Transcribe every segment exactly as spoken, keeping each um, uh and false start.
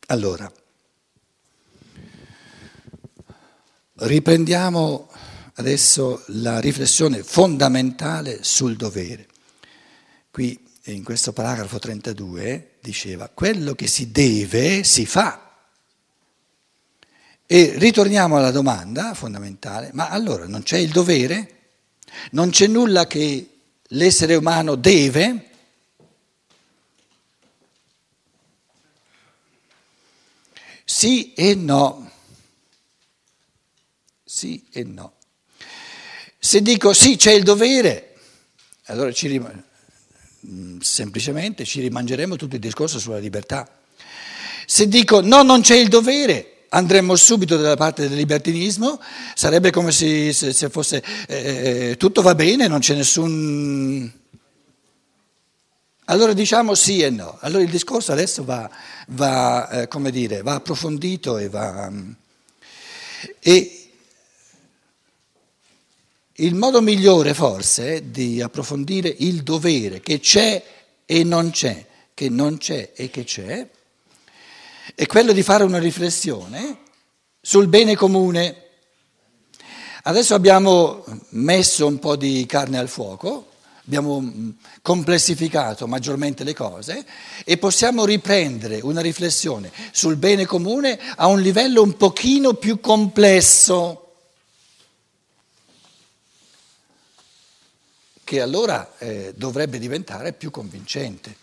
Allora, riprendiamo adesso la riflessione fondamentale sul dovere. Qui in questo paragrafo trentadue diceva: quello che si deve si fa. E ritorniamo alla domanda fondamentale: ma allora non c'è il dovere? Non c'è nulla che l'essere umano deve? Sì e no. Sì e no. Se dico sì, c'è il dovere, allora ci rim- semplicemente ci rimangeremo tutto il discorso sulla libertà. Se dico no, non c'è il dovere, andremmo subito dalla parte del libertinismo, sarebbe come se, se, se fosse eh, tutto va bene, non c'è nessun... Allora diciamo sì e no. Allora il discorso adesso va, va eh, come dire, va approfondito e va... E, il modo migliore forse di approfondire il dovere che c'è e non c'è, che non c'è e che c'è, è quello di fare una riflessione sul bene comune. Adesso abbiamo messo un po' di carne al fuoco, abbiamo complessificato maggiormente le cose e possiamo riprendere una riflessione sul bene comune a un livello un pochino più complesso, che allora eh, dovrebbe diventare più convincente,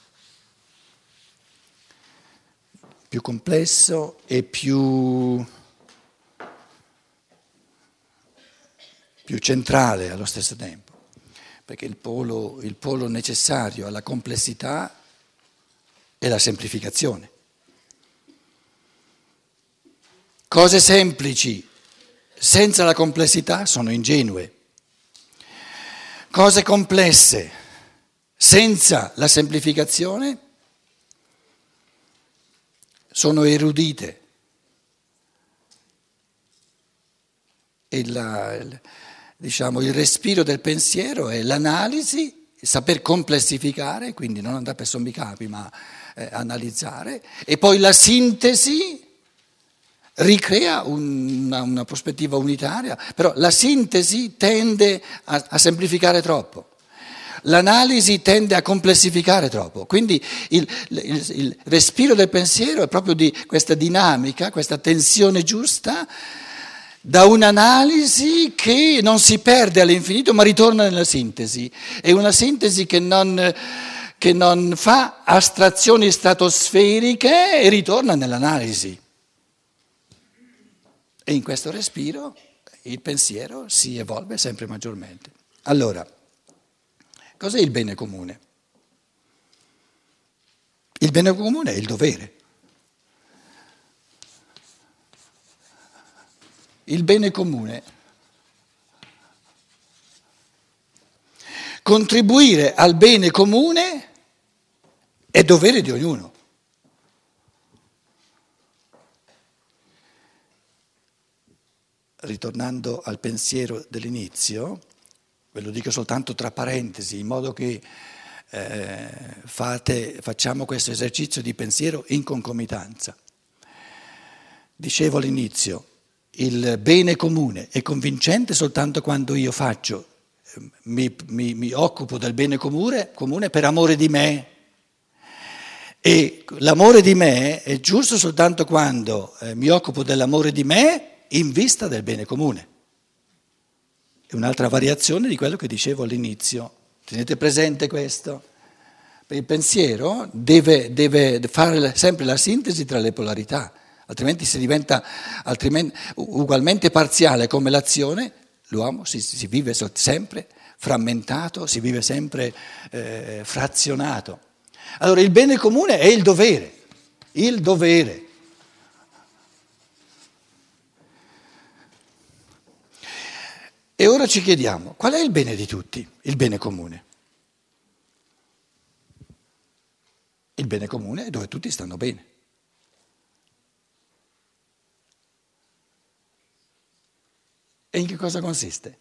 più complesso e più, più centrale allo stesso tempo, perché il polo, il polo necessario alla complessità è la semplificazione. Cose semplici senza la complessità sono ingenue. Cose complesse senza la semplificazione sono erudite. E la, il, diciamo, il respiro del pensiero è l'analisi, il saper complessificare, quindi non andare per sommi capi, ma eh, analizzare, e poi la sintesi ricrea una, una prospettiva unitaria, però la sintesi tende a, a semplificare troppo, l'analisi tende a complessificare troppo, quindi il, il, il respiro del pensiero è proprio di questa dinamica, questa tensione giusta da un'analisi che non si perde all'infinito ma ritorna nella sintesi, è una sintesi che non, che non fa astrazioni stratosferiche e ritorna nell'analisi. E in questo respiro il pensiero si evolve sempre maggiormente. Allora, cos'è il bene comune? Il bene comune è il dovere. Il bene comune. Contribuire al bene comune è dovere di ognuno. Ritornando al pensiero dell'inizio, ve lo dico soltanto tra parentesi, in modo che eh, fate, facciamo questo esercizio di pensiero in concomitanza. Dicevo all'inizio, il bene comune è convincente soltanto quando io faccio, mi, mi, mi occupo del bene comune, comune per amore di me. E l'amore di me è giusto soltanto quando eh, mi occupo dell'amore di me in vista del bene comune. È un'altra variazione di quello che dicevo all'inizio. Tenete presente questo? Il pensiero deve, deve fare sempre la sintesi tra le polarità, altrimenti si diventa altrimenti, ugualmente parziale come l'azione, l'uomo si, si vive sempre frammentato, si vive sempre eh, frazionato. Allora il bene comune è il dovere, il dovere. E ora ci chiediamo, qual è il bene di tutti, il bene comune? Il bene comune è dove tutti stanno bene. E in che cosa consiste?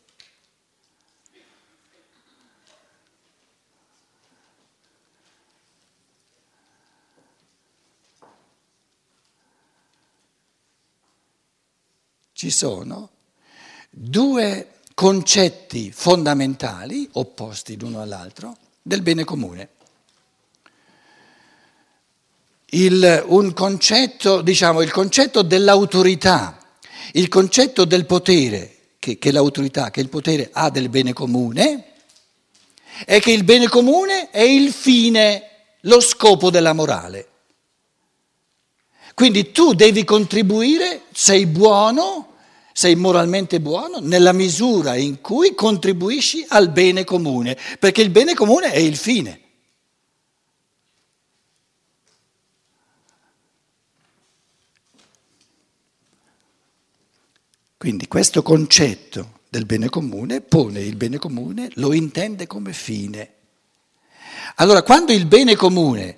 ci sono due concetti fondamentali, opposti l'uno all'altro, del bene comune. Il, un concetto, diciamo, il concetto dell'autorità, il concetto del potere, che, che l'autorità, che il potere ha del bene comune, è che il bene comune è il fine, lo scopo della morale. Quindi tu devi contribuire, sei buono, sei moralmente buono nella misura in cui contribuisci al bene comune, perché il bene comune è il fine. Quindi questo concetto del bene comune pone il bene comune, lo intende come fine. Allora, quando il bene comune,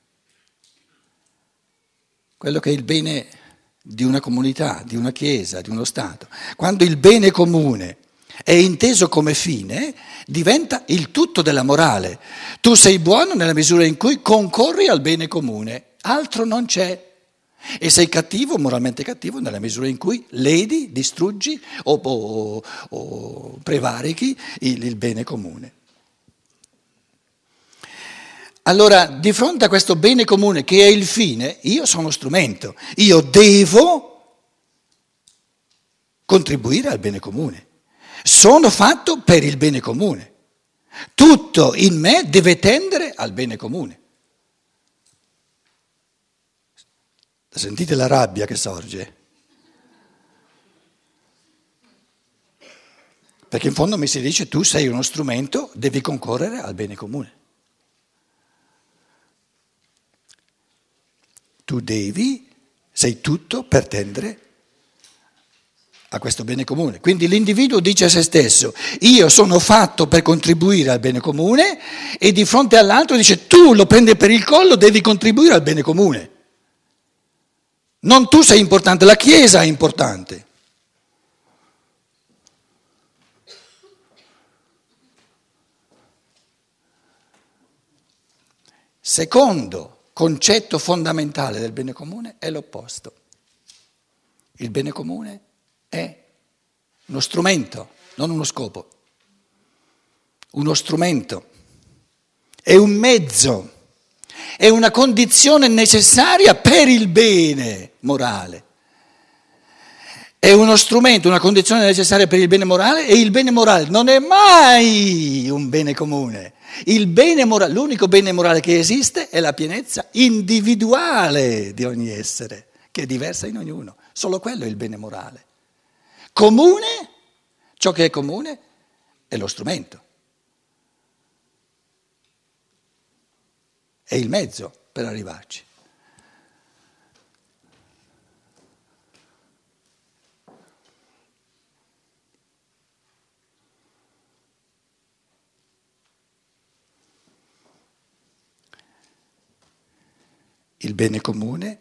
quello che è il bene di una comunità, di una chiesa, di uno Stato, quando il bene comune è inteso come fine, diventa il tutto della morale. Tu sei buono nella misura in cui concorri al bene comune, altro non c'è. E sei cattivo, moralmente cattivo, nella misura in cui ledi, distruggi o, o, o prevarichi il, il bene comune. Allora, di fronte a questo bene comune che è il fine, io sono strumento, io devo contribuire al bene comune. Sono fatto per il bene comune. Tutto in me deve tendere al bene comune. Sentite la rabbia che sorge. Perché in fondo mi si dice tu sei uno strumento, devi concorrere al bene comune. Tu devi, sei tutto per tendere a questo bene comune. Quindi l'individuo dice a se stesso, io sono fatto per contribuire al bene comune e di fronte all'altro dice tu lo prendi per il collo, devi contribuire al bene comune. Non tu sei importante, la Chiesa è importante. Secondo concetto fondamentale del bene comune è l'opposto. Il bene comune è uno strumento, non uno scopo. Uno strumento, è un mezzo. È una condizione necessaria per il bene morale. È uno strumento, una condizione necessaria per il bene morale e il bene morale non è mai un bene comune. Il bene morale, l'unico bene morale che esiste è la pienezza individuale di ogni essere, che è diversa in ognuno. Solo quello è il bene morale. Comune, ciò che è comune è lo strumento. È il mezzo per arrivarci. Il bene comune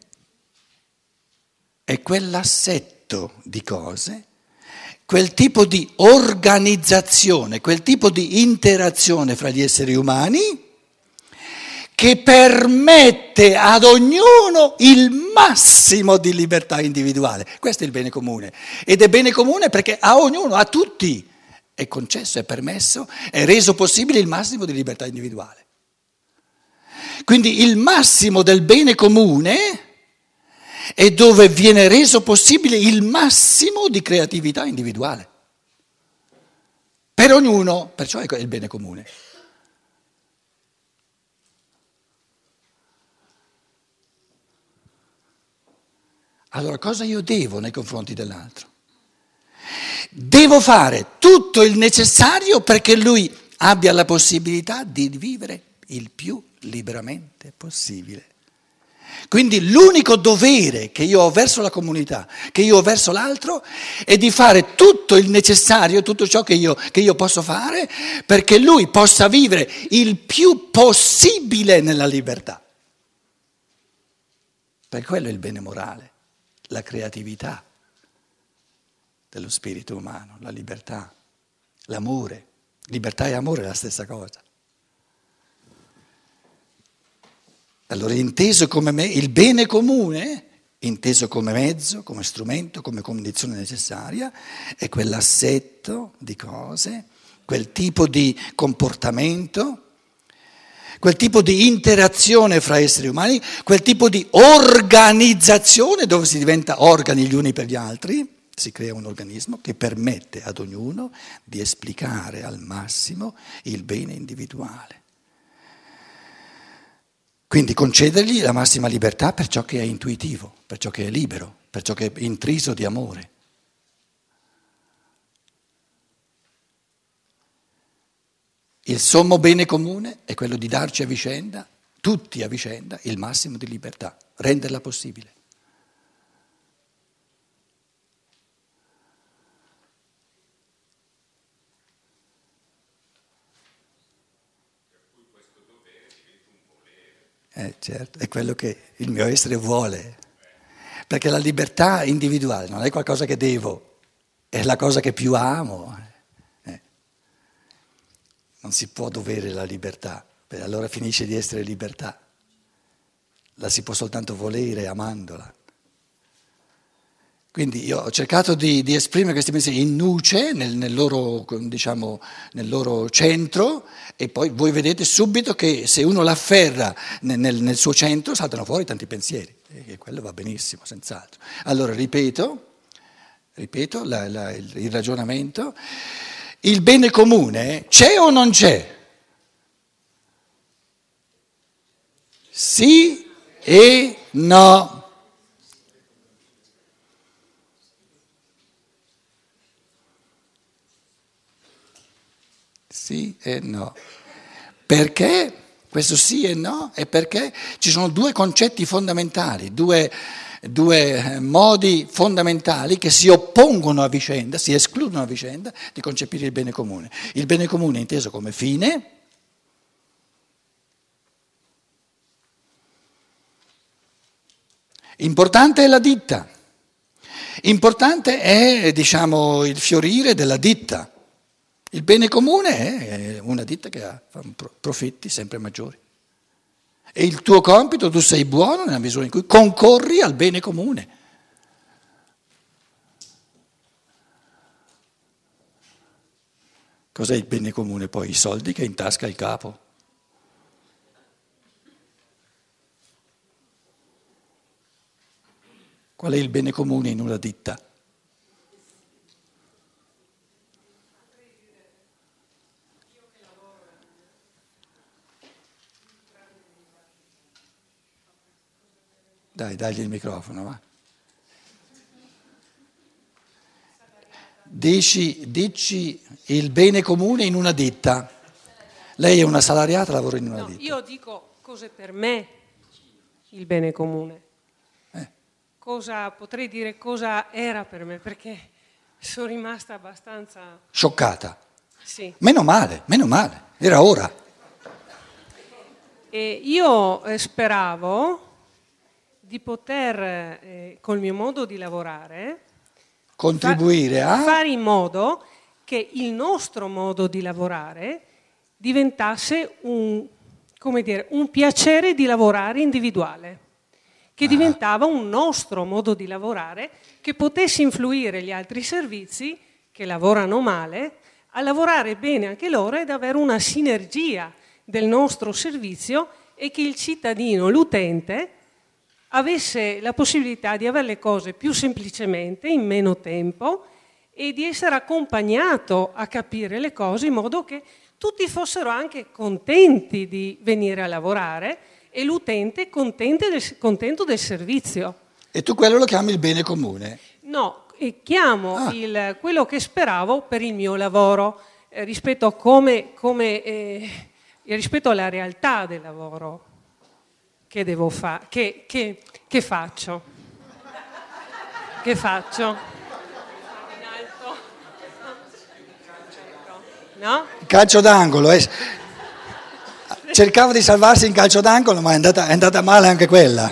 è quell'assetto di cose, quel tipo di organizzazione, quel tipo di interazione fra gli esseri umani che permette ad ognuno il massimo di libertà individuale. Questo è il bene comune. Ed è bene comune perché a ognuno, a tutti, è concesso, è permesso, è reso possibile il massimo di libertà individuale. Quindi il massimo del bene comune è dove viene reso possibile il massimo di creatività individuale. Per ognuno, perciò è il bene comune. Allora cosa io devo nei confronti dell'altro? Devo fare tutto il necessario perché lui abbia la possibilità di vivere il più liberamente possibile. Quindi l'unico dovere che io ho verso la comunità, che io ho verso l'altro, è di fare tutto il necessario, tutto ciò che io, che io posso fare perché lui possa vivere il più possibile nella libertà. Perché quello è il bene morale. La creatività dello spirito umano, la libertà, l'amore. Libertà e amore è la stessa cosa. Allora, inteso come me, il bene comune inteso come mezzo, come strumento, come condizione necessaria, è quell'assetto di cose, quel tipo di comportamento, quel tipo di interazione fra esseri umani, quel tipo di organizzazione dove si diventa organi gli uni per gli altri, si crea un organismo che permette ad ognuno di esplicare al massimo il bene individuale. Quindi concedergli la massima libertà per ciò che è intuitivo, per ciò che è libero, per ciò che è intriso di amore. Il sommo bene comune è quello di darci a vicenda, tutti a vicenda, il massimo di libertà, renderla possibile. Eh, certo, è quello che il mio essere vuole, perché la libertà individuale non è qualcosa che devo, è la cosa che più amo. Eh. Non si può dovere la libertà, perché allora finisce di essere libertà, la si può soltanto volere amandola. Quindi io ho cercato di, di esprimere questi pensieri in nuce, nel, nel, loro, diciamo, nel loro centro, e poi voi vedete subito che se uno l'afferra nel, nel, nel suo centro saltano fuori tanti pensieri, e quello va benissimo, senz'altro. Allora ripeto, ripeto la, la, il, il ragionamento, il bene comune c'è o non c'è? Sì e no. Sì e no. Perché questo sì e no? È perché ci sono due concetti fondamentali, due, due modi fondamentali che si oppongono a vicenda, si escludono a vicenda di concepire il bene comune. Il bene comune inteso come fine, importante è la ditta, importante è, diciamo, il fiorire della ditta. Il bene comune è una ditta che ha profitti sempre maggiori. E il tuo compito, tu sei buono nella misura in cui concorri al bene comune. Cos'è il bene comune poi? I soldi che intasca il capo. Qual è il bene comune in una ditta? Dai, dagli il microfono, va. Dici, dici il bene comune in una ditta. Lei è una salariata, lavora in una no, ditta. Io dico cos'è per me il bene comune. Eh. Cosa potrei dire cosa era per me, perché sono rimasta abbastanza Scioccata. Sì. Meno male, meno male, era ora. E io eh, speravo di poter, eh, col mio modo di lavorare, Contribuire fa- a... fare in modo che il nostro modo di lavorare diventasse un, come dire, un piacere di lavorare individuale, che Ah. diventava un nostro modo di lavorare che potesse influire gli altri servizi che lavorano male a lavorare bene anche loro ed avere una sinergia del nostro servizio e che il cittadino, l'utente, avesse la possibilità di avere le cose più semplicemente, in meno tempo, e di essere accompagnato a capire le cose in modo che tutti fossero anche contenti di venire a lavorare e l'utente contento del, contento del servizio. E tu quello lo chiami il bene comune? No, e chiamo Ah. il, quello che speravo per il mio lavoro eh, rispetto a come, come eh, rispetto alla realtà del lavoro che devo fare, che, che, che faccio, che faccio, in alto, no? Calcio d'angolo, eh. Cercava di salvarsi in calcio d'angolo, ma è andata, è andata male anche quella.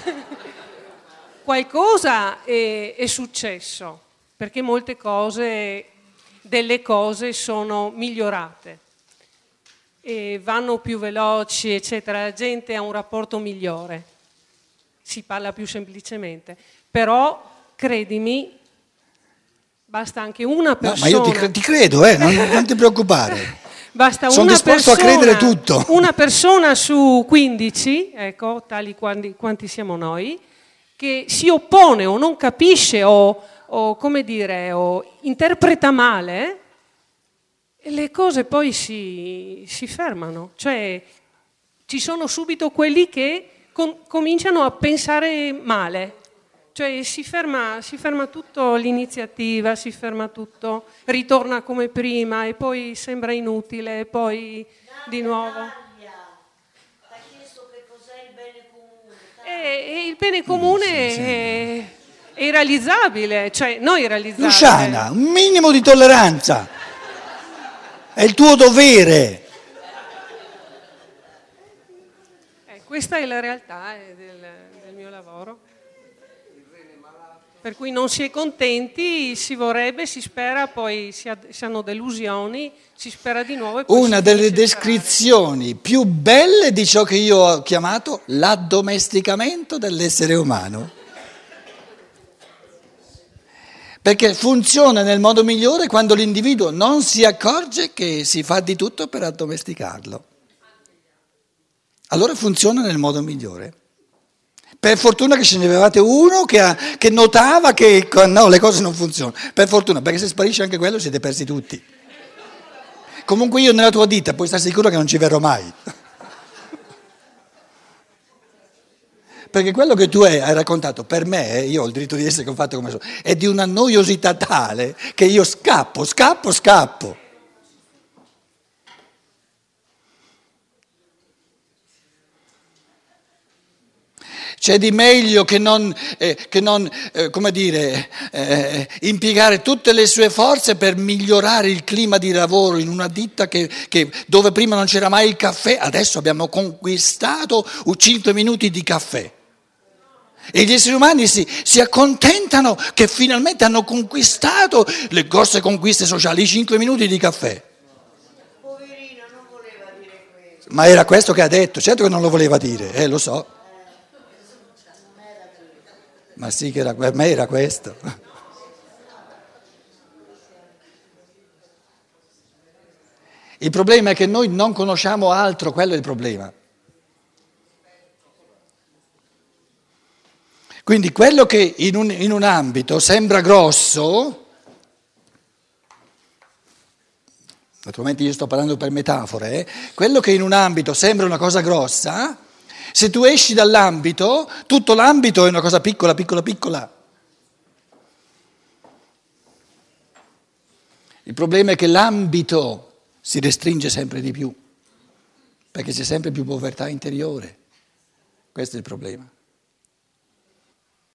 Qualcosa è, è successo, perché molte cose, delle cose sono migliorate. E vanno più veloci, eccetera, la gente ha un rapporto migliore. si parla più semplicemente. Però, credimi, basta anche una persona... No, ma io ti, ti credo, eh, non, non ti preoccupare. Basta Sono una disposto persona, a credere tutto. Una persona su quindici, ecco, tali quanti, quanti siamo noi, che si oppone o non capisce o, o come dire, o interpreta male, e le cose poi si, si fermano. Cioè, ci sono subito quelli che com- cominciano a pensare male. Cioè si ferma, si ferma tutto l'iniziativa, si ferma tutto, ritorna come prima e poi sembra inutile e poi di nuovo. Ti ha chiesto che cos'è il bene comune. E, e il bene comune è, è irrealizzabile, cioè non irrealizzabile. Luciana, un minimo di tolleranza, è il tuo dovere. Eh, questa è la realtà eh, del, del mio lavoro. Per cui non si è contenti, si vorrebbe, si spera, poi si, ha, si hanno delusioni, si spera di nuovo. E poi Una si delle finisce descrizioni più belle di ciò che io ho chiamato l'addomesticamento dell'essere umano. Perché funziona nel modo migliore quando l'individuo non si accorge che si fa di tutto per addomesticarlo. Allora funziona nel modo migliore. Per fortuna che ce ne avevate uno che, ha, che notava che no, le cose non funzionano. Per fortuna, perché se sparisce anche quello siete persi tutti. Comunque io nella tua ditta puoi stare sicuro che non ci verrò mai. Perché quello che tu hai, hai raccontato per me, eh, io ho il diritto di essere fatto come sono, è di una noiosità tale che io scappo, scappo, scappo. C'è di meglio che non, eh, che non eh, come dire, eh, impiegare tutte le sue forze per migliorare il clima di lavoro in una ditta che, che, dove prima non c'era mai il caffè, adesso abbiamo conquistato cinque minuti di caffè. E gli esseri umani si, si accontentano che finalmente hanno conquistato le grosse conquiste sociali, i cinque minuti di caffè. Poverino, non voleva dire questo. Ma era questo che ha detto, certo che non lo voleva dire, eh, lo so. Ma sì, che era, per me era questo. Il problema è che noi non conosciamo altro, quello è il problema. Quindi quello che in un, in un ambito sembra grosso, naturalmente io sto parlando per metafore, eh, quello che in un ambito sembra una cosa grossa, se tu esci dall'ambito, tutto l'ambito è una cosa piccola, piccola, piccola. Il problema è che l'ambito si restringe sempre di più, perché c'è sempre più povertà interiore. Questo è il problema.